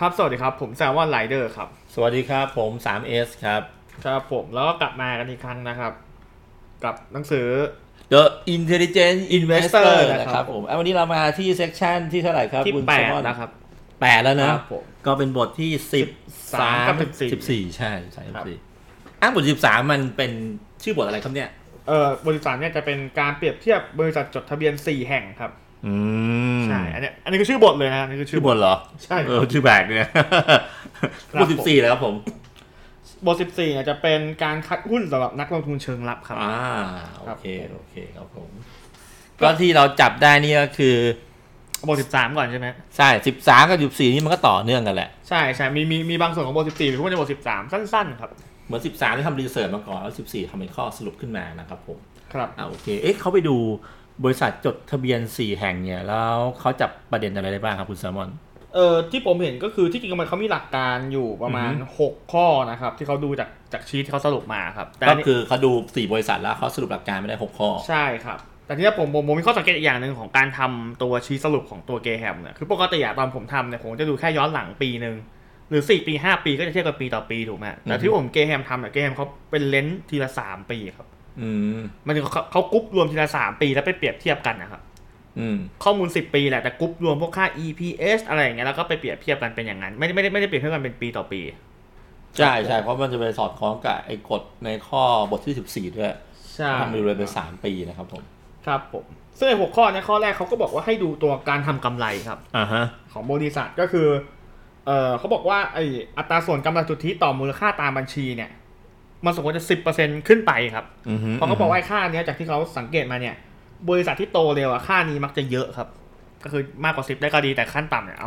ครับสวัสดีครับผมแซมวอนไรเดอร์ครับสวัสดีครับผม 3S ครับครับผมแล้วก็กลับมากันอีกครั้งนะครับกับหนังสือ The Intelligent Investor นะครับผมวันนี้เรามาที่เซกชันที่เท่าไหร่ครับที่คุณ 8นะครับ 8แล้วนะก็เป็นบทที่ 13กับ 14ใช่14บท13มันเป็นชื่อบทอะไรครับเนี่ยบท13เนี่ยจะเป็นการเปรียบเทียบบริษัทจดทะเบียน4แห่งครับใช่อันนี้คือชื่อบทเลยนะนี่คือชื่อบทเหรอใช่ชื่อแบกเนี่ยบท14เลยครับผมบท14เนี่ยจะเป็นการคัดหุ้นสำหรับนักลงทุนเชิงลับครับโอเคครับผมก็ที่เราจับได้นี่ก็คือบท13ก่อนใช่ไหมใช่13กับ14นี่มันก็ต่อเนื่องกันแหละใช่มีบางส่วนของบท14หรือว่าในบท13สั้นๆครับเหมือน13ที่ทำรีเสิร์ชมาก่อนแล้ว14ทำเป็นข้อสรุปขึ้นมานะครับผมครับโอเคเขาไปดูบริษัทจดทะเบียน4แห่งเนี่ยแล้วเขาจับประเด็นอะไรได้บ้างครับคุณแซมมอนที่ผมเห็นก็คือที่จริงมันเขามีหลักการอยู่ประมาณ6ข้อนะครับที่เขาดูจากชีทที่เขาสรุปมาครับก็คือเขาดู4บริษัทแล้วเขาสรุปหลักการไม่ได้6ข้อใช่ครับแต่ที่ผมมีข้อสังเกตอีกอย่างนึงของการทำตัวชีทสรุปของตัวเกแฮมเนี่ยคือปกติตอนผมทำเนี่ยผมจะดูแค่ย้อนหลังปีนึงหรือ4ปี5ปีก็จะเทียบกับปีต่อปีถูกไหมแต่ที่ผมเกแฮมทำเนี่ยเกแฮมเขาเป็นเลนส์ทีละ3ปีครับมันเขากรุ๊ปรวมทีละ3ปีแล้วไปเปรียบเทียบกันนะครับข้อมูล10ปีแหละแต่กรุ๊ปรวมพวกค่า EPS อะไรอย่างเงี้ยแล้วก็ไปเปรียบเทียบกันเป็นอย่างนั้นไม่ได้เปรียบเทียบกันเป็นปีต่อปีใช่เพราะมันจะไปสอดคล้องกับไอ้กฎในข้อบทที่14ด้วยใช่ทำดูเลยไป3ปีนะครับผมครับผมซึ่งไอ้6ข้อในข้อแรกเขาก็บอกว่าให้ดูตัวการทำกำไรครับของบริษัทก็คือเขาบอกว่าไอ้อัตราส่วนกำไรสุทธิต่อมูลค่าตามบัญชีเนี่ยมันสมควรจะ 10% ขึ้นไปครับเพราะเขาบอกว่าค่านี้จากที่เขาสังเกตมาเนี่ยบริษัทที่โตเร็วค่านี้มักจะเยอะครับก็คือมากกว่า10ได้ก็ดีแต่ขั้นต่ำเนี่ยเอา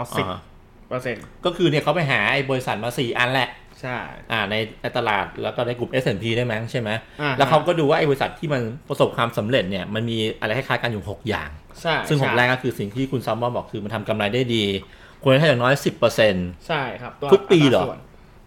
10% ก็คือเนี่ยเขาไปหาไอ้บริษัทมา4อันแหละใช่ในตลาดแล้วก็ในกลุ่ม S&P ได้มั้งใช่ไหมแล้วเขาก็ดูว่าไอ้บริษัทที่มันประสบความสำเร็จเนี่ยมันมีอะไรคล้ายๆกันอยู่6อย่างใช่ซึ่ง6แรกก็คือสิ่งที่คุณซัมมอนบอกคือมันทำกำไรได้ดีควรให้อย่างน้อย 10% ใช่ครับทุกปีเหรอ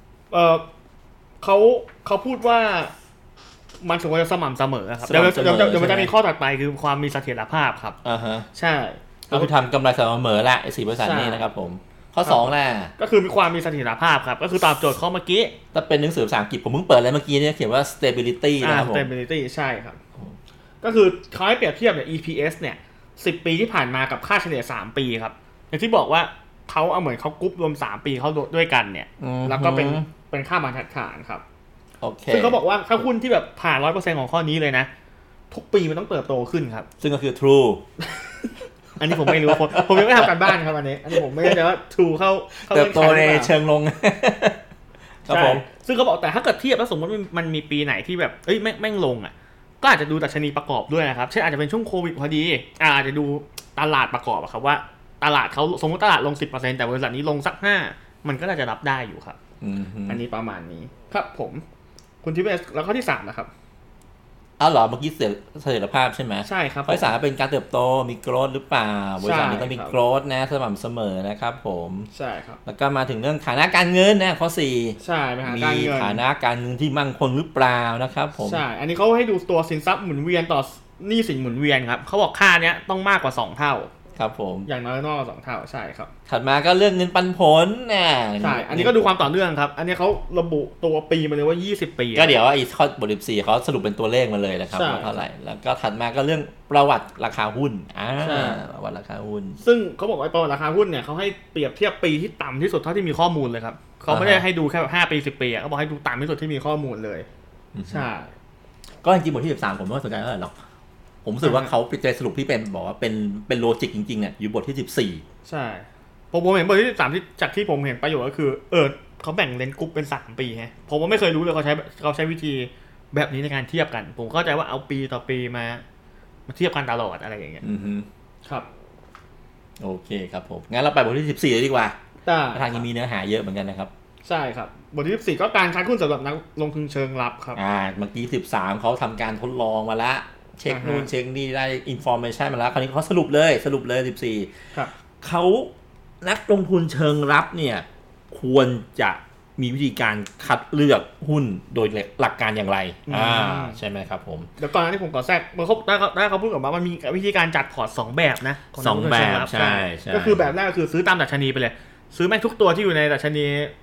เขาพูดว่ามันสมควรจะสม่ำเสมอครับเดี๋ยวมันจะมีข้อถัดไปคือความมีเสถียรภาพครับใช่ก็คือทำกำไรสม่ำเสมอละไอ้4บริษัทนี้นะครับผมข้อ2แหละก็คือมีความมีเสถียรภาพครับก็คือตอบโจทย์ข้อเมื่อกี้ถ้าเป็นหนังสือภาษาอังกฤษผมเพิ่งเปิดเลยเมื่อกี้เนี่ยเขียนว่า stability นะครับผม stability ใช่ครับก็คือเขาให้เปรียบเทียบเนี่ย EPS เนี่ย10ปีที่ผ่านมากับค่าเฉลี่ย3ปีครับอย่างที่บอกว่าเขาเอาเหมือนเขากรุ๊ปรวม3ปีเขาด้วยกันเนี่ยแล้วก็เป็นค่าบรรทัดฐานครับโอเคซึ่งเขาบอกว่าถ้าหุ้นที่แบบผ่าน 100% ของข้อนี้เลยนะทุกปีมันต้องเติบโตขึ้นครับซึ่งก็คือ true อันนี้ผมไม่รู้ผมยังไม่ทำการบ้านครับอันนี้ผมไม่แน่ใจว่า true เข้าเติบโตในเชิงลงครับผมซึ่งเขาบอกแต่ถ้าเกิดเทียบแล้วสมมติมันมีปีไหนที่แบบแม่งลงก็อาจจะดูดัชนีประกอบด้วยนะครับเช่นอาจจะเป็นช่วงโควิดพอดีอาจจะดูตลาดประกอบครับว่าตลาดเขาสมมติตลาดลง 10% แต่บริษัทนี้ลงสัก5มันก็น่าจะรับได้อยู่ครับอันนี้ประมาณนี้ครับผมคุณทิเบสแล้วข้อที่3นะครับเหรอเมื่อกี้เสถียรภาพใช่ไหมใช่ครับข้อที่3เป็นการเติบโตมีโกรธหรือเปล่าบริษัทนี้ต้องมีโกรธนะสม่ำเสมอนะครับผมใช่ครับแล้วก็มาถึงเรื่องฐานะการเงินนะข้อ 4ใช่มีฐานะการเงินที่มั่งคงหรือเปล่านะครับผมใช่อันนี้เขาให้ดูตัวสินทรัพย์หมุนเวียนต่อหนี้สินหมุนเวียนครับเขาบอกค่านี้ต้องมากกว่า2เท่าครับผมอย่างน้อยนอก2เท่าใช่ครับถัดมาก็เรื่องเงินปันผลใช่อันนี้ก็ดูความต่อเนื่องครับอันนี้เขาระบุตัวปีมาเลยว่า20ปีก็เดี๋ยวไอ้ข้อบท14เขาสรุปเป็นตัวเลขมาเลยนะครับว่าเท่าไหร่แล้วก็ถัดมาก็เรื่องประวัติราคาหุ้นประวัติราคาหุ้นซึ่งเขาบอกว่าประวัติราคาหุ้นเนี่ยเขาให้เปรียบเทียบปีที่ต่ำที่สุดเท่าที่มีข้อมูลเลยครับเขาไม่ได้ให้ดูแค่5ปี10ปีเขาบอกให้ดูต่ำที่สุดที่มีข้อมูลเลยใช่ก็จริงๆบทที่13ผมไม่สนใจเท่าไหร่หรอกผมรู้สึกว่าเขาไปใจสรุปที่เป็นบอกว่าเป็นโลจิกจริงๆเนี่ยอยู่บทที่ 14ใช่ผมเห็นบทที่13ที่จากที่ผมเห็นประโยชน์ก็คือเขาแบ่งเลนส์กรุ๊ปเป็น3ปีฮะผมว่าไม่เคยรู้เลยเขาใช้วิธีแบบนี้ในการเทียบกันผมเข้าใจว่าเอาปีต่อปีมาเทียบกันตลอดอะไรอย่างเงี้ยครับโอเคครับผมงั้นเราไปบทที่14เลยดีกว่าทางนี้มีเนื้อหาเยอะเหมือนกันนะครับใช่ครับบทที่14ก็การคัดหุ้นสำหรับนักลงทุนเชิงลับครับเมื่อกี้13เขาทำการทดลองมาละเช็คนู่นเช็คนี่ได้อินฟอร์เมชันมาแล้วคราวนี้เขาสรุปเลย14 ครับเขานักลงทุนเชิงลับเนี่ยควรจะมีวิธีการคัดเลือกหุ้นโดยหลักการอย่างไรใช่ไหมครับผมเดี๋ยวก่อนนั้นที่ผมขอแทรกเมื่อเขาพูดกับว่ามันมีวิธีการจัดพอร์ต2แบบนะ 2แบบใช่ก็คือแบบแรกก็คือซื้อตามดัชนีไปเลยซื้อแม่งทุกตัวที่อยู่ในดัชนี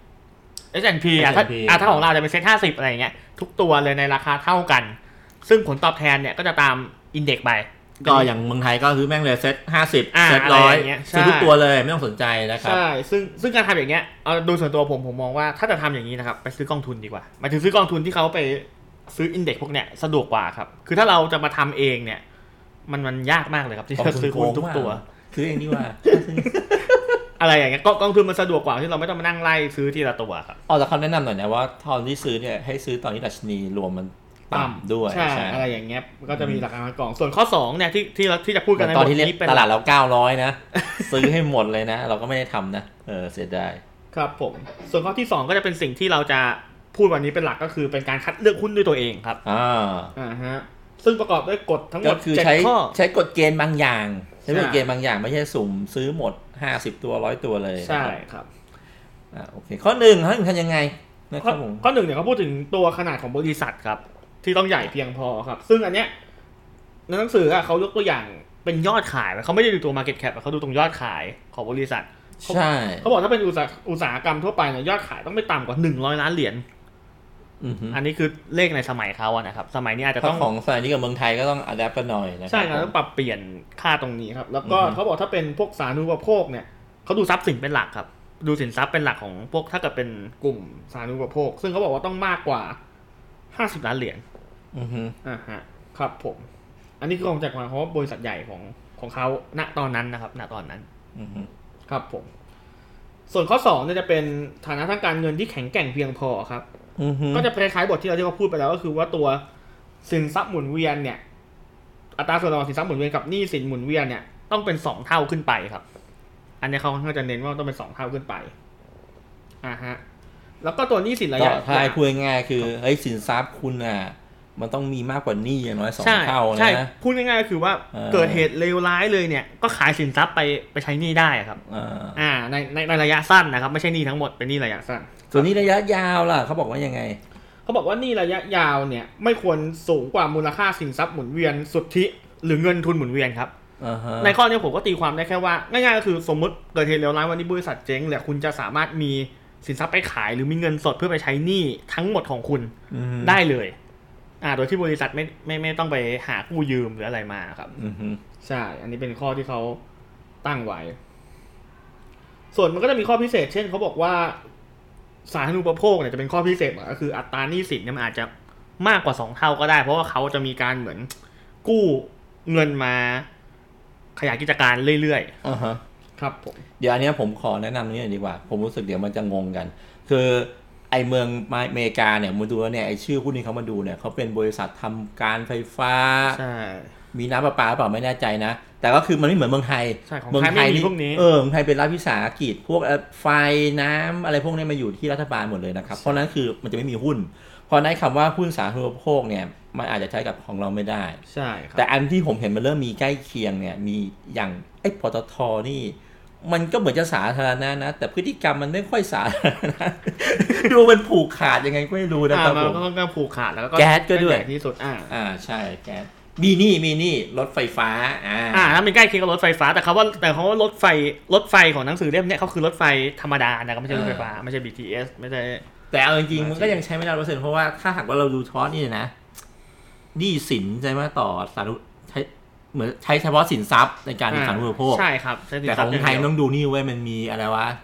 S&P ถ้าของเราจะเป็นเซ็ต50อะไรอย่างเงี้ยทุกตัวเลยในราคาเท่ากันซึ่งผลตอบแทนเนี่ยก็จะตามอินเด็กซ์ไปก็อย่างเมืองไทยก็คือแม่งเลยเซ็ต50เซ็ต100ซื้อทุกตัวเลยไม่ต้องสนใจนะครับใช่ซึ่งการทำอย่างเงี้ยเอาดูส่วนตัวผมมองว่าถ้าจะทำอย่างนี้นะครับไปซื้อกองทุนดีกว่าหมายถึงซื้อกองทุนที่เขาไปซื้ออินเด็กซ์พวกเนี้ยสะดวกกว่าครับคือถ้าเราจะมาทำเองเนี่ยมันยากมากเลยครับที่จะซื้อหุ้นทุกตัวซื้อเองดีกว่าอะไรอย่างเงี้ยกองทุนมันสะดวกกว่าที่เราไม่ต้องมานั่งไล่ซื้อทีละตัวครับแต่เขาแนะนำหน่อยนะว่าตอนที่ซื้อเนี่ยให้ซื้อตอนนี้ดัชนีรวมมันต่ำด้วยใช่อะไรอย่างเงี้ยก็จะมีหลักการกองส่วนข้อ2เนี่ยที่จะพูดกันในตอนที่ตลาดเรา900นะซื้อให้หมดเลยนะเราก็ไม่ได้ทำนะเสียดายครับผมส่วนข้อที่2ก็จะเป็นสิ่งที่เราจะพูดวันนี้เป็นหลักก็คือเป็นการคัดเลือกหุ้นด้วยตัวเองครับฮะซึ่งประกอบด้วยกฎทั้งหมด7ข้อใช้กฎเกณฑ์บางอย่างใช้กฎเกณฑ์บางอย่างไม่ใช่สุ่มซื้อหมด50ตัว100ตัวเลยใช่ครับโอเคข้อ1ทำยังไงข้อ1เนี่ยเขาพูดถึงตัวขนาดของบริษัทครับที่ต้องใหญ่เพียงพอครับซึ่งอันเนี้ยในหนังสือเขายกตัวอย่างเป็นยอดขายเขาไม่ได้ดูตัว market cap เขาดูตรงยอดขายของบริษัทใช่เขาบอกถ้าเป็นอุตสาหกรรมทั่วไปเนี่ยยอดขายต้องไม่ต่ำกว่า100ล้านเหรียญอันนี้คือเลขในสมัยเขาอะนะครับสมัยนี้อาจจะต้องของสมัยนี้กับเมืองไทยก็ต้องอัดแอปกันหน่อยนะครับใช่ครับต้องปรับเปลี่ยนค่าตรงนี้ครับแล้วก็เขาบอกถ้าเป็นพวกสาธารณูปโภคเนี่ยเขาดูทรัพย์สินเป็นหลักครับดูสินทรัพย์เป็นหลักของพวกถ้าเกิดเป็นกลุ่มสาธารณูปโภคซึ่งเขาบอกว่าต้องมากกว่า50ล้านเหรียญฮะครับผมอันนี้คือของจากมาเพราะว่าบริษัทใหญ่ของเขาณตอนนั้นนะครับณตอนนั้นครับผมส่วนข้อ2เนี่ยจะเป็นฐานะทางการเงินที่แข็งแกร่งเพียงพอครับก็จะคล้ายๆบทที่เราพูดไปแล้วก็คือว่าตัวสินทรัพย์หมุนเวียนเนี่ยอัตราส่วนต่อสินทรัพย์หมุนเวียนกับหนี้สินหมุนเวียนเนี่ยต้องเป็น2เท่าขึ้นไปครับอันนี้เขาค่อนข้างจะเน้นว่าต้องเป็น2เท่าขึ้นไปฮะแล้วก็ตัวหนี้สินระยะท้ายพูดง่ายๆคือเฮ้ยสินทรัพย์คุณอ่ะมันต้องมีมากกว่าหนี้อย่างน้อย2เท่านะใช่พูดง่ายๆก็คือว่าเกิดเหตุเลวร้ายเลยเนี่ยก็ขายสินทรัพย์ไปใช้หนี้ได้ครับในระยะสั้นนะครับไม่ใช่หนี้ทั้งหมดเป็นหนี้ระยะสั้นส่วนหนี้ระยะยาวล่ะเขาบอกว่ายังไงเขาบอกว่าหนี้ระยะยาวเนี่ยไม่ควรสูงกว่ามูลค่าสินทรัพย์หมุนเวียนสุทธิหรือเงินทุนหมุนเวียนครับในข้อนี้ผมก็ตีความได้แค่ว่าง่ายๆก็คือสมมติเกิดเหตุเลวร้ายวันนี้บริษัทเจ๊งเนี่ยคุณจะสามารถมีสินทรัพย์ไปขายหรือมีเงินสดเพื่อไปใช้หนี้ทั้งหมดของคุณได้เลยโดยที่บริษัทไม่ต้องไปหากู้ยืมหรืออะไรมาครับใช่อันนี้เป็นข้อที่เขาตั้งไว้ส่วนมันก็จะมีข้อพิเศษเช่นเขาบอกว่าสาธารณูปโภคเนี่ยจะเป็นข้อพิเศษก็คืออัตราหนี้สินเนี่ยมันอาจจะมากกว่า2เท่าก็ได้เพราะว่าเขาจะมีการเหมือนกู้เงินมาขยายกิจการเรื่อยๆครับผมเดี๋ยวอันนี้ผมขอแนะนำนี้ดีกว่าผมรู้สึกเดี๋ยวมันจะงงกันคือไอเมืองอเมริกาเนี่ยมาดูแล้วเนี่ยไอชื่อหุ้นที่เขามาดูเนี่ยเขาเป็นบริษัททำการไฟฟ้ามีน้ำประปาหรือเปล่าไม่แน่ใจนะแต่ก็คือมันไม่เหมือนเมืองไทยเมืองไทยพวกนี้เมืองไทยเป็นรัฐวิสาหกิจพวกไฟน้ำอะไรพวกนี้มาอยู่ที่รัฐบาลหมดเลยนะครับเพราะนั้นคือมันจะไม่มีหุ้นเพราะนั้นคำว่าหุ้นสาธารณูปโภคเนี่ยมันอาจจะใช้กับของเราไม่ได้ใช่ครับแต่อันที่ผมเห็นมันเริ่มมีใกล้เคียงเนี่ยมีอย่างปตท.นี่มันก็เหมือนจะสาธารณะนะแต่พฤติกรรมมันไม่ค่อยสาธารณะดูมันผูกขาดยังไงก็ไม่รู้นะครับผมมันก็ผูกขาดแล้วก็แก๊สก็ด้วยที่สุดใช่แก๊สมีนี่รถไฟฟ้าถ้าเป็นใกล้เคียงกับรถไฟฟ้าแต่เขาว่ารถไฟของหนังสือเล่มนี้เขาคือรถไฟธรรมดานะไม่ใช่รถไฟฟ้าไม่ใช่ BTS ไม่ใช่แต่เอาจริงๆมันก็ยังใช้ไม่ได้ 100% เพราะว่าถ้าหากว่าเราดูเฉพาะนี่นะหนี้สินใช่ไหมต่อสาธารณเหมือนใช้เฉพาะสินทรัพย์ในการสาธารณูปโภคใช่ครับแต่ของไทยต้องดูนี่ไว้มันมีอะไรวะ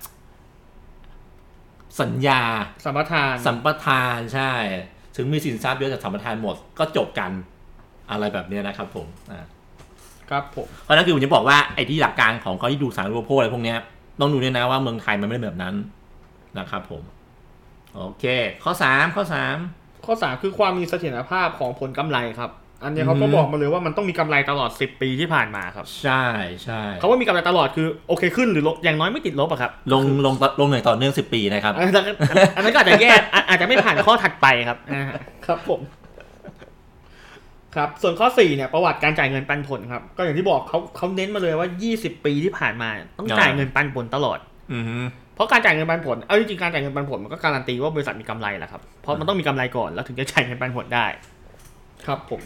สัญญาสัมปทานใช่ถึงมีสินทรัพย์เยอะแต่สัมปทานหมดก็จบกันอะไรแบบนี้นะครับผมครับผมเพราะนั้นคือผมจะบอกว่าไอ้ที่หลักการของเขาที่ดูสาธารณูปโภคอะไรพวกนี้ต้องดูด้วยนะว่าเมืองไทยมันไม่ได้แบบนั้นนะครับผมโอเคข้อ3 คือความมีเสถียรภาพของผลกำไรครับอันนี้เขาก็บอกมาเลยว่ามันต้องมีกำไรตลอด10ปีที่ผ่านมาครับใช่เขาว่ามีกำไรตลอดคือโอเคขึ้นหรือลบอย่างน้อยไม่ติดลบอะครับลงหน่อยต่อเนื่อง10ปีนะครับอันนั้นก็อาจจะแย่อาจจะไม่ผ่านข้อถัดไปครับครับผมครับส่วนข้อ4เนี่ยประวัติการจ่ายเงินปันผลครับก็อย่างที่บอกเขาเน้นมาเลยว่า20ปีที่ผ่านมาต้องจ่ายเงินปันผลตลอดเพราะการจ่ายเงินปันผลเอาจริงๆการจ่ายเงินปันผลมันก็การันตีว่าบริษัทมีกำไรแหละครับเพราะมันต้องมีกำไรก่อนแล้วถึงจะจ่ายเงินปันผลได้ครับผม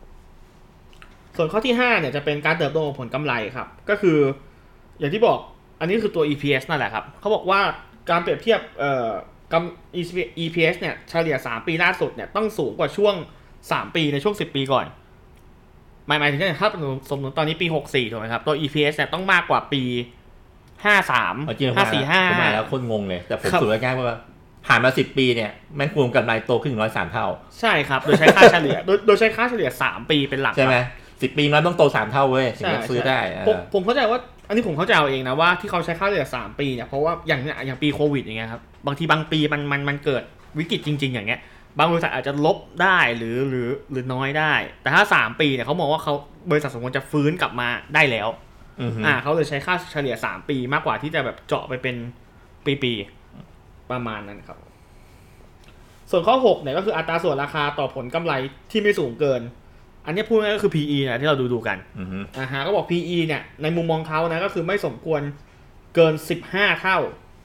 ส่วนข้อที่5เนี่ยจะเป็นการเติบโตของผลกำไรครับก็คืออย่างที่บอกอันนี้คือตัว EPS นั่นแหละครับเขาบอกว่าการเปรียบเทียบEPS เนี่ยเฉลี่ย3ปีล่าสุดเนี่ยต้องสูงกว่าช่วง3ปีในช่วง10ปีก่อนหมายถึงถ้าสมมติตอนนี้ปี64ถูกไหมครับตัว EPS เนี่ยต้องมากกว่าปี53 545 ผมมาแล้วคนงงเลยแต่ผมสรุปง่ายๆว่าผ่านมา10ปีเนี่ยแม่งคูณกำไรโตขึ้น103เท่าใช่ครับโดยใช้ค่าเฉลี่ยโดยใช้ค่าเฉลี่ย3ปีเป็นหลักใช่ไหม10ปีนั้นต้องโต3เท่าเว้ยถึงจะซื้อได้ผมเข้าใจว่าอันนี้ผมเข้าใจเอาเองนะว่าที่เขาใช้ค่าเฉลี่ย3ปีเนี่ยเพราะว่าอย่างปีโควิดอย่างเงี้ยครับบางทีบางปีมันเกิดวิกฤตจริงๆอย่างเงี้ยบางบริษัทอาจจะลบได้หรือน้อยได้แต่ถ้า3ปีเนี่ยเขามองว่าเขาบริษัทสมควรจะฟื้นกลับมาได้แล้วเขาเลยใช้ค่าเฉลี่ย3ปีมากกว่าที่จะแบบเจาะไปเป็นปีๆประมาณนั้นครับส่วนข้อ6เนี่ยก็คืออัตราส่วนราคาต่อผลกำไรที่ไม่สูงเกินอันนี้พูดง่ายก็คือ PE นะที่เราดูกันก็บอก PE เนี่ยในมุมมองเขานะก็คือไม่สมควรเกิน15เท่า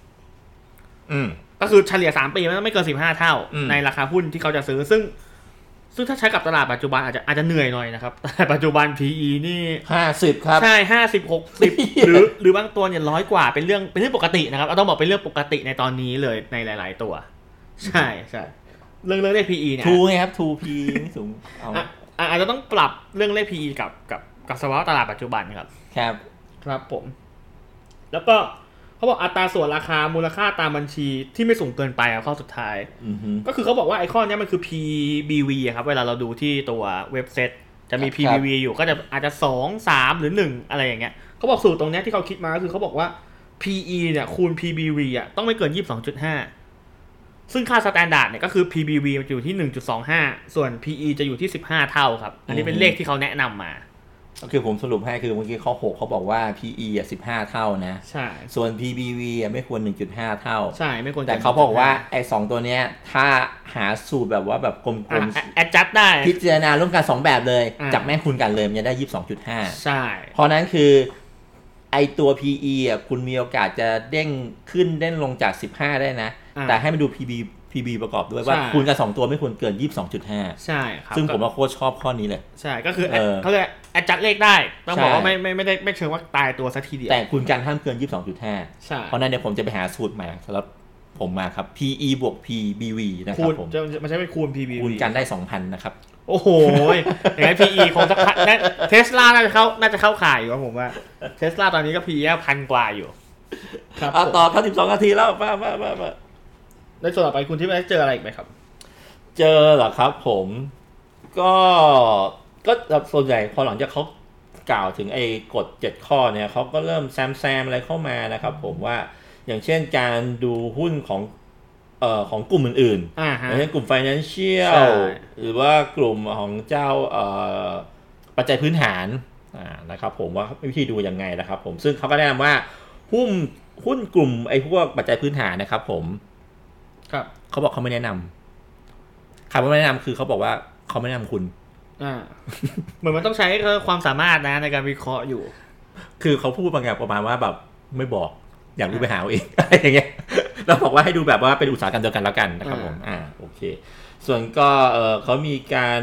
ก็คือเฉลี่ย3ปีมันไม่เกิน15เท่าในราคาหุ้นที่เขาจะซื้อซึ่งถ้าใช้กับตลาดปัจจุบันอาจจะเหนื่อยหน่อยนะครับแต่ปัจจุบัน PE นี่ 50ครับใช่50 60หรือบางตัวเนี่ย100กว่าเป็นเรื่องปกตินะครับเราต้องบอกเป็นเรื่องปกติในตอนนี้เลยในหลายๆตัวใช่เรื่องเลข PE เนี่ยทูไงครับ 2P ไม่สูงอาจจะต้องปรับเรื่องเลข PE กับสภาวะตลาดปัจจุบันครับผมแล้วก็เขาบอกอัตราส่วนราคามูลค่าตามบัญชีที่ไม่สูงเกินไปข้อสุดท้ายก็คือเขาบอกว่าไอ้ข้อนี้มันคือ PBV ครับเวลาเราดูที่ตัวเว็บเซ็ตจะมี PBV อยู่ก็จะอาจจะ2 3หรือ1อะไรอย่างเงี้ยเขาบอกสูตรตรงนี้ที่เขาคิดมาก็คือเขาบอกว่า PE เนี่ยคูณ PBV ต้องไม่เกิน 22.5 ซึ่งค่าสแตนดาร์ดเนี่ยก็คือ PBV มันอยู่ที่ 1.25 ส่วน PE จะอยู่ที่15เท่าครับอันนี้เป็นเลขที่เขาแนะนำมาก็คือผมสรุปให้คือเมื่อกี้ข้อ6เขาบอกว่า PE 15เท่านะใช่ส่วน PBV ไม่ควร 1.5 เท่าใช่ไม่ควรแต่เขาบอกว่าไอ้2ตัวเนี้ยถ้าหาสูตรแบบว่าแบบกลมๆadjust ได้พิจารณาร่วมกัน2แบบเลยจับแม่งคูณกันเลยมันจะได้ 22.5 ใช่เพราะนั้นคือไอ้ตัว PE คุณมีโอกาสจะเด้งขึ้นเด้งลงจาก15ได้นะแต่ให้มันดู PB ประกอบด้วยว่าคูณกัน2ตัวไม่ควรเกิน 22.5 ใช่ครับซึ่งผมว่าโคตรชอบข้อนี้เลยใช่ก็คือเขาเรียกadjust เลขได้ต้องบอกว่าไม่ได้ไม่เชิงว่าตายตัวซะทีเดียวแต่คูณกันห้ามเกิน 22.5 ใช่เพราะนั้นเดี๋ยวผมจะไปหาสูตรใหม่สำหรับผมมาครับ PE บวก PBV นะครับผมมันใช้เป็นคูณ PBV คูณกันได้ 2,000 นะครับโอ้โหอย่างนั้น PE คงจะTesla น่าจะเข้าข่ายอยู่ครับผมว่า Tesla ตอนนี้ก็ PE 1,000 กว่าอยู่ครับต่อครับ12นาทีแล้วมาในส่วนต่อไปคุณที่ไม่ได้เจออะไรอีกไหมครับเจอเหรอครับผมก็ส่วนใหญ่พอหลังจากเขากล่าวถึงไอ้กฎ7ข้อเนี่ยเขาก็เริ่มแซมอะไรเข้ามานะครับผมว่าอย่างเช่นการดูหุ้นของกลุ่มอื่นๆอย่างเช่นกลุ่ม Financial หรือว่ากลุ่มของเจ้าปัจจัยพื้นฐานนะครับผมว่าวิธีดูยังไงนะครับผมซึ่งเขาก็แนะนำว่าหุ้นกลุ่มไอ้พวกปัจจัยพื้นฐานนะครับผมเขาบอกเขาไม่แนะนำคำว่าไม่แนะนำคือเขาบอกว่าเขาไม่แนะนำคุณเหมือนมันต้องใช้ความสามารถนะในการวิเคราะห์อยู่คือเขาพูดบางอย่างประมาณว่าแบบไม่บอกอยากรู้ไปหาเอาเองอะไรอย่างเงี้ยเราบอกว่าให้ดูแบบว่าเป็นอุตสาหกรรมเดียวกันแล้วกันนะครับผมโอเคส่วนก็เขามีการ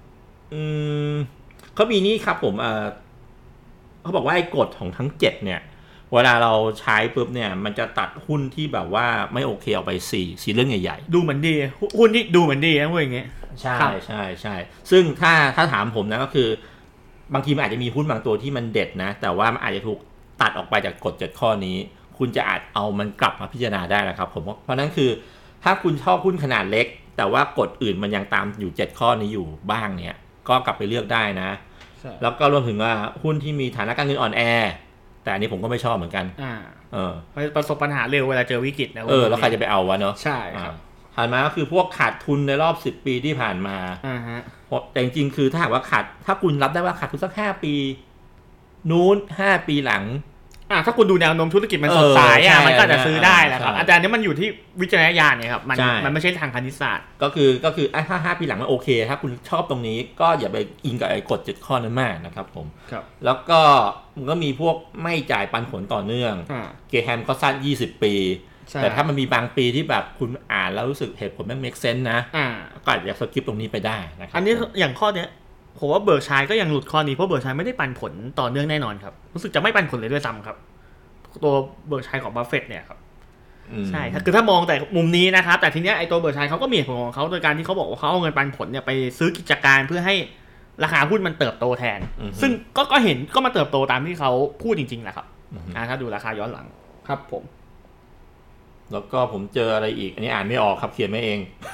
เขามีนี่ครับผมเขาบอกว่าไอ้กฎของทั้ง7เนี่ยเวลาเราใช้ปุ๊บเนี่ยมันจะตัดหุ้นที่แบบว่าไม่โอเคออกไป4เรื่องใหญ่ๆดูเหมือนดีหุ้นที่ดูเหมือนดีนะพวกอย่างเงี้ยใช่ซึ่งถ้าถามผมนะก็คือบางทีมันอาจจะมีหุ้นบางตัวที่มันเด็ดนะแต่ว่ามันอาจจะถูกตัดออกไปจากกฎ7ข้อนี้คุณจะอาจเอามันกลับมาพิจารณาได้นะครับผมเพราะนั้นคือถ้าคุณชอบหุ้นขนาดเล็กแต่ว่ากฎอื่นมันยังตามอยู่7ข้อนี้อยู่บ้างเนี่ยก็กลับไปเลือกได้นะแล้วก็รวมถึงว่าหุ้นที่มีฐานะการเงินอ่อนแอแต่อันนี้ผมก็ไม่ชอบเหมือนกันประสบปัญหาเร็วเวลาเจอวิกฤตนะแล้วใครจะไปเอาวะเนาะใช่ครับผ่านมาก็คือพวกขาดทุนในรอบ10ปีที่ผ่านมาแต่จริงๆคือถ้าคุณรับได้ว่าขาดทุนสัก5ปีนู้น5ปีหลังถ้าคุณดูแนวโน้มธุรกิจมันสดใสมันก็จะซื้อได้แหละครับอาจารย์นี้มันอยู่ที่วิจารณญาณเนี่ยครับมันไม่ใช่ทางคณิตศาสตร์ก็คือถ้า5ปีหลังมันโอเคถ้าคุณชอบตรงนี้ก็อย่าไปอิงกับไอ้กฎ7ข้อนั้นมากนะครับผมแล้วก็มันก็มีพวกไม่จ่ายปันผลต่อเนื่องเกแฮมก็สั้น20ปีแต่ถ้ามันมีบางปีที่แบบคุณอ่านแล้วรู้สึกเหตุผลมัน make sense นะก็อาจจะสกิปตรงนี้ไปได้นะครับอันนี้อย่างข้อเนี้ยผมว่าเบิร์กชัยก็ยังหลุดข้อนี้เพราะเบิร์กชัยไม่ได้ปันผลต่อเนื่องแน่นอนครับรู้สึกจะไม่ปันผลเลยด้วยซ้ำครับตัวเบิร์กชัยของบัฟเฟตต์เนี่ยครับใช่คือถ้ามองแต่มุมนี้นะครับแต่ทีเนี้ยไอ้ตัวเบิร์กชัยเขาก็มีเหตุผลของเขาโดยการที่เขาบอกว่าเขาเอาเงินปันผลเนี่ยไปซื้อกิจการเพื่อให้ราคาหุ้นมันเติบโตแทนซึ่งก็เห็นก็มาเติบโตตามที่เขาพูดจริงๆแหละครับถ้าดูราคาย้อนหลังครับผมแล้วก็ผมเจออะไรอีกอันนี้อ่านไม่ออกครับเขียนไม่เอง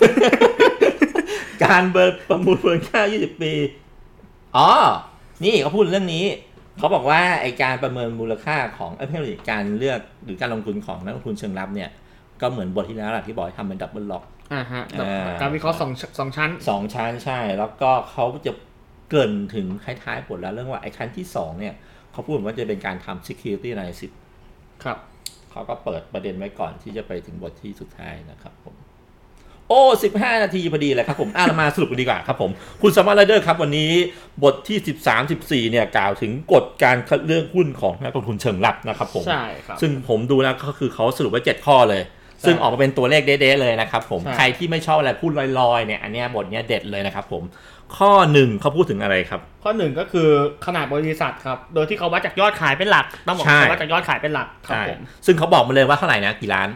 การประมูลมูลค่า20 ปีอ๋อนี่เขาพูดเรื่องนี้เขาบอกว่าไอการประเมินมูลค่าของการเลือกหรือการลงทุนของนักลงทุนเชิงรับเนี่ยก็เหมือนบทที่แล้วแหละที่บอกให้ทำเป็นดับเบิลล็อกการวิเคราะห์สองชั้นใช่แล้วก็เขาจะเกริ่นถึงท้ายๆบทแล้วเรื่องว่าไอ้ขั้นที่2เนี่ยเขาพูดว่าจะเป็นการทำ security analysis ครับเขาก็เปิดประเด็นไว้ก่อนที่จะไปถึงบทที่สุดท้ายนะครับผมโอ้15 นาทีพอดีเลยครับผมเรามาสรุปกันดีกว่าครับผมคุณสมาร์ทไรเดอร์ครับวันนี้บทที่13-14เนี่ยกล่าวถึงกฎการคัดเลือกหุ้นของนักลงทุนเชิงรับนะครับผมใช่ครับซึ่งผมดูนะก็คือเขาสรุปไว้7ข้อเลยซึ่งออกมาเป็นตัวเลขเด๊ะๆเลยนะครับผมใครที่ไม่ชอบอะไรพูดลอยๆเนี่ยอันนี้บทนี้เด็ดเลยนะครับผมข้อ1เขาพูดถึงอะไรครับข้อ1ก็คือขนาดบริษัทครับโดยที่เขาวัดจากยอดขายเป็นหลักต้องบอกว่าวัดจากยอดขายเป็นหลักครับผมซึ่งเขาบอกมาเลยว่าเท่าไหร่นะกี่ล้าน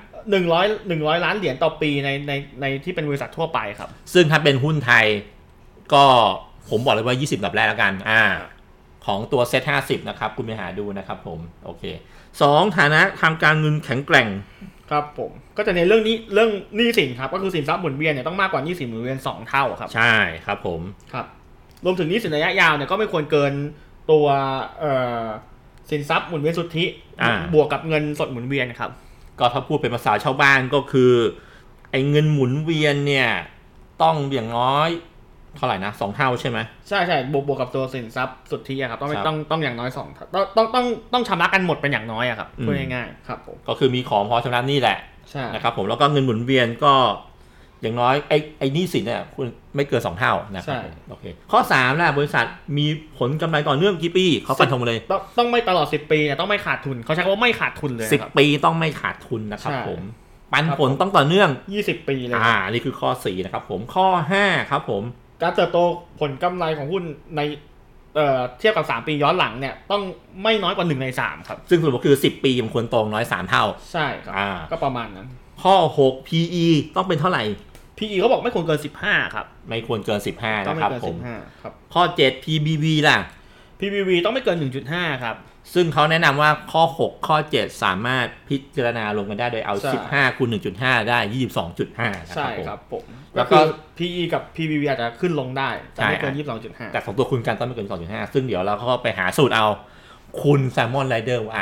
100 ล้านเหรียญต่อปีในที่เป็นบริษัททั่วไปครับซึ่งถ้าเป็นหุ้นไทยก็ผมบอกเลยว่า20อันดับแรกแล้วกันของตัวเซ็ต50นะครับคุณไปหาดูนะครับผมโอเค2ฐานะทางการเงินแข็งแกร่งครับผมก็จะในเรื่องนี้เรื่องหนี้สินครับก็คือสินทรัพย์หมุนเวียนเนี่ยต้องมากกว่าหนี้สินหมุนเวียน2เท่าครับใช่ครับผมครับรวมถึงหนี้สินระยะยาวเนี่ยก็ไม่ควรเกินตัวสินทรัพย์หมุนเวียนสุทธิบวกกับเงินสดหมุนเวียนครับก็ถ้าพูดเป็นภาษาชาวบ้านก็คือไอ้เงินหมุนเวียนเนี่ยต้องอย่างน้อยเท่าไหร่นะ2เท่าใช่ไหมใช่บวกกับตัวสินทรัพย์สุทธิครับต้องอย่างน้อย2เท่าต้องชำระกันหมดเป็นอย่างน้อยครับพูดง่ายๆครับผมก็คือมีของพอชำระนี่แหละนะครับผมแล้วก็เงินหมุนเวียนก็อย่างน้อยไอ้หนี้สินเนี่ยคุณไม่เกิน2เท่านะครับโอเคข้อ3นะบริษัทมีผลกำไรต่อเนื่องกี่ปีเขาฟันธงมาเลยต้องไม่ตลอด10 ปีเนี่ยต้องไม่ขาดทุนเขาใช้คำว่าไม่ขาดทุนเลย 10 ปีต้องไม่ขาดทุนนะครับผมปันผลต้องต่อเนื่อง 20 ปีเลยนี่คือข้อ4นะครับผมข้อ5ครับผมการเติบโตผลกำไรของหุ้นในเทียบกับ3 ปีย้อนหลังเนี่ยต้องไม่น้อยกว่า1 ใน 3ครับซึ่งสรุปก็คือ10 ปีมันควรโตน้อย3เท่าใช่ครับก็ประมาณนั้นข้อ6 PE ต้องเป็นเท่าไหร่ PE เขาบอกไม่ควรเกิน15ครับไม่ควรเกิน15นะครับผมครับข้อ7 PBV ล่ะ PBV ต้องไม่เกิน 1.5 ครับซึ่งเขาแนะนำว่าข้อ6ข้อ7สามารถพิจารณาลงกันได้โดยเอา15คูณ 1.5 ได้ 22.5 นะครับผมใช่ครับผมแล้วก็ PE กับ PBV อาจจะขึ้นลงได้แต่ไม่เกิน 22.5 แต่ของตัวคุณกันต้องไม่เกิน 2.5 ซึ่งเดี๋ยวเราก็ไปหาสูตรเอาคุณแซมมอนไรเดอร์ว่า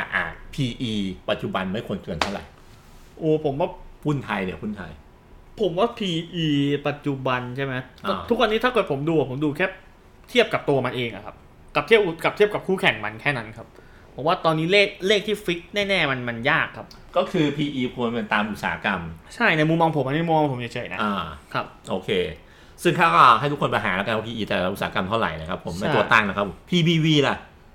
PE ปัจจุบันไม่ควรเกินเท่าไหร่ผมว่าหุ้นไทยเนี่ยหุ้นไทยผมว่า PE ปัจจุบันใช่ไหมทุกวันนี้ถ้าเกิดผมดูแค่เทียบกับตัวมันเองอะครับกับเทียบกับคู่แข่งมันแค่นั้นครับผมว่าตอนนี้เลขที่ฟิกแน่ๆมันยากครับก็คือ PE ควรเป็นตามอุตสาหกรรมใช่ในมุมมองผมอันนี้มุมมองผมเฉยๆนะครับโอเคซึ่งข้าก็ให้ทุกคนไปหาแล้วกันว่า PE แต่ละอุตสาหกรรมเท่าไหร่นะครับผมเป็นตัวตั้งนะครับ PBV ล่ะ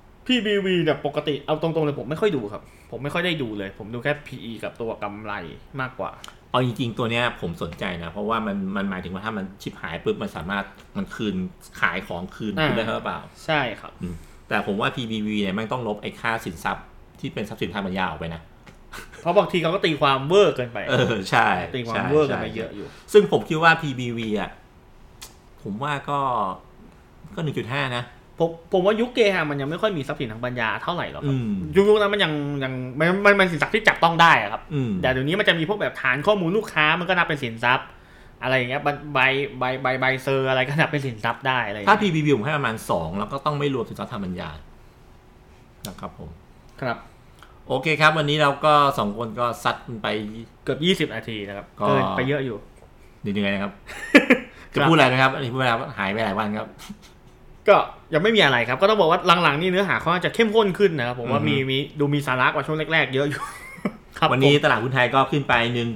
PBV เนี่ยปกติเอาตรงๆเลยผมไม่ค่อยดูครับผมไม่ค่อยได้ดูเลยผมดูแค่ PE กับตัวกำไรมากกว่าเอาจริงๆตัวเนี้ยผมสนใจนะเพราะว่ามันหมายถึงว่าถ้ามันชิบหายปุ๊บมันสามารถมันคืนขายของคืนได้หรือเปล่าใช่ครับแต่ผมว่า PBV เนี่ยไม่ต้องลบไอ้ค่าสินทรัพย์ที่เป็นทรัพย์สินทางปัญญาออกไปนะเพราะบางทีเขาก็ตีความเวอร์เกินไปใช่ตีความเวอร์กันไปเยอะอยู่ซึ่งผมคิดว่า PBV อ่ะผมว่าก็ 1.5 นะผมว่ายุคเกฮามันยังไม่ค่อยมีทรัพย์สินทางปัญญาเท่าไหร่หรอกครับยุคนั้นมันยังมันสินทรัพย์ที่จับต้องได้ครับแต่เดี๋ยวนี้มันจะมีพวกแบบฐานข้อมูลลูกค้ามันก็นับเป็นสินทรัพย์อะไรอย่างเงี้ยใบเซอร์อะไรก็นับเป็นสินทรัพย์ได้อะไรถ้า PBV ผมให้ประมาณ2แล้วก็ต้องไม่รวมสินทรัพย์ทางปัญญานะครับผมครับโอเคครับวันนี้เราก็2คนก็ซัดไปเกือบ20 นาทีนะครับเกินไปเยอะอยู่เหนื่อยนะครับจะพูดอะไรนะครับอันนี้พูดแล้วหายไปหลายวันครับก็ยังไม่มีอะไรครับก็ต้องบอกว่าหลังๆนี่เนื้อหาเขาจะเข้มข้นขึ้นนะครับผมว่ามีสาระกว่าช่วงแรกๆเยอะอยู่ครับวันนี้ตลาดหุ้นไทยก็ขึ้นไป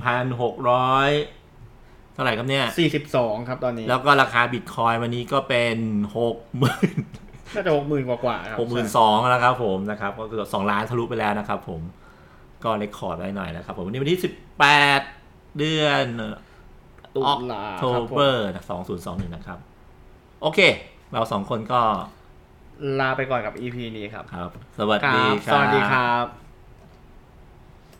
1,600 เท่าไหร่ครับเนี่ย 42ครับตอนนี้แล้วก็ราคาบิตคอยน์วันนี้ก็เป็น 60,000 น่าจะ 60,000 กว่าครับ 62,000 แล้วครับผมนะครับก็คือ2ล้านทะลุไปแล้วนะครับผมก็เรคคอร์ดไว้หน่อยนะครับผมวันนี้วันที่18เดือนตุลาคม 2021นะครับโอเคเรา2คนก็ลาไปก่อนกับ EP นี้ครับครับสวัสดีครับสวัสดีครับ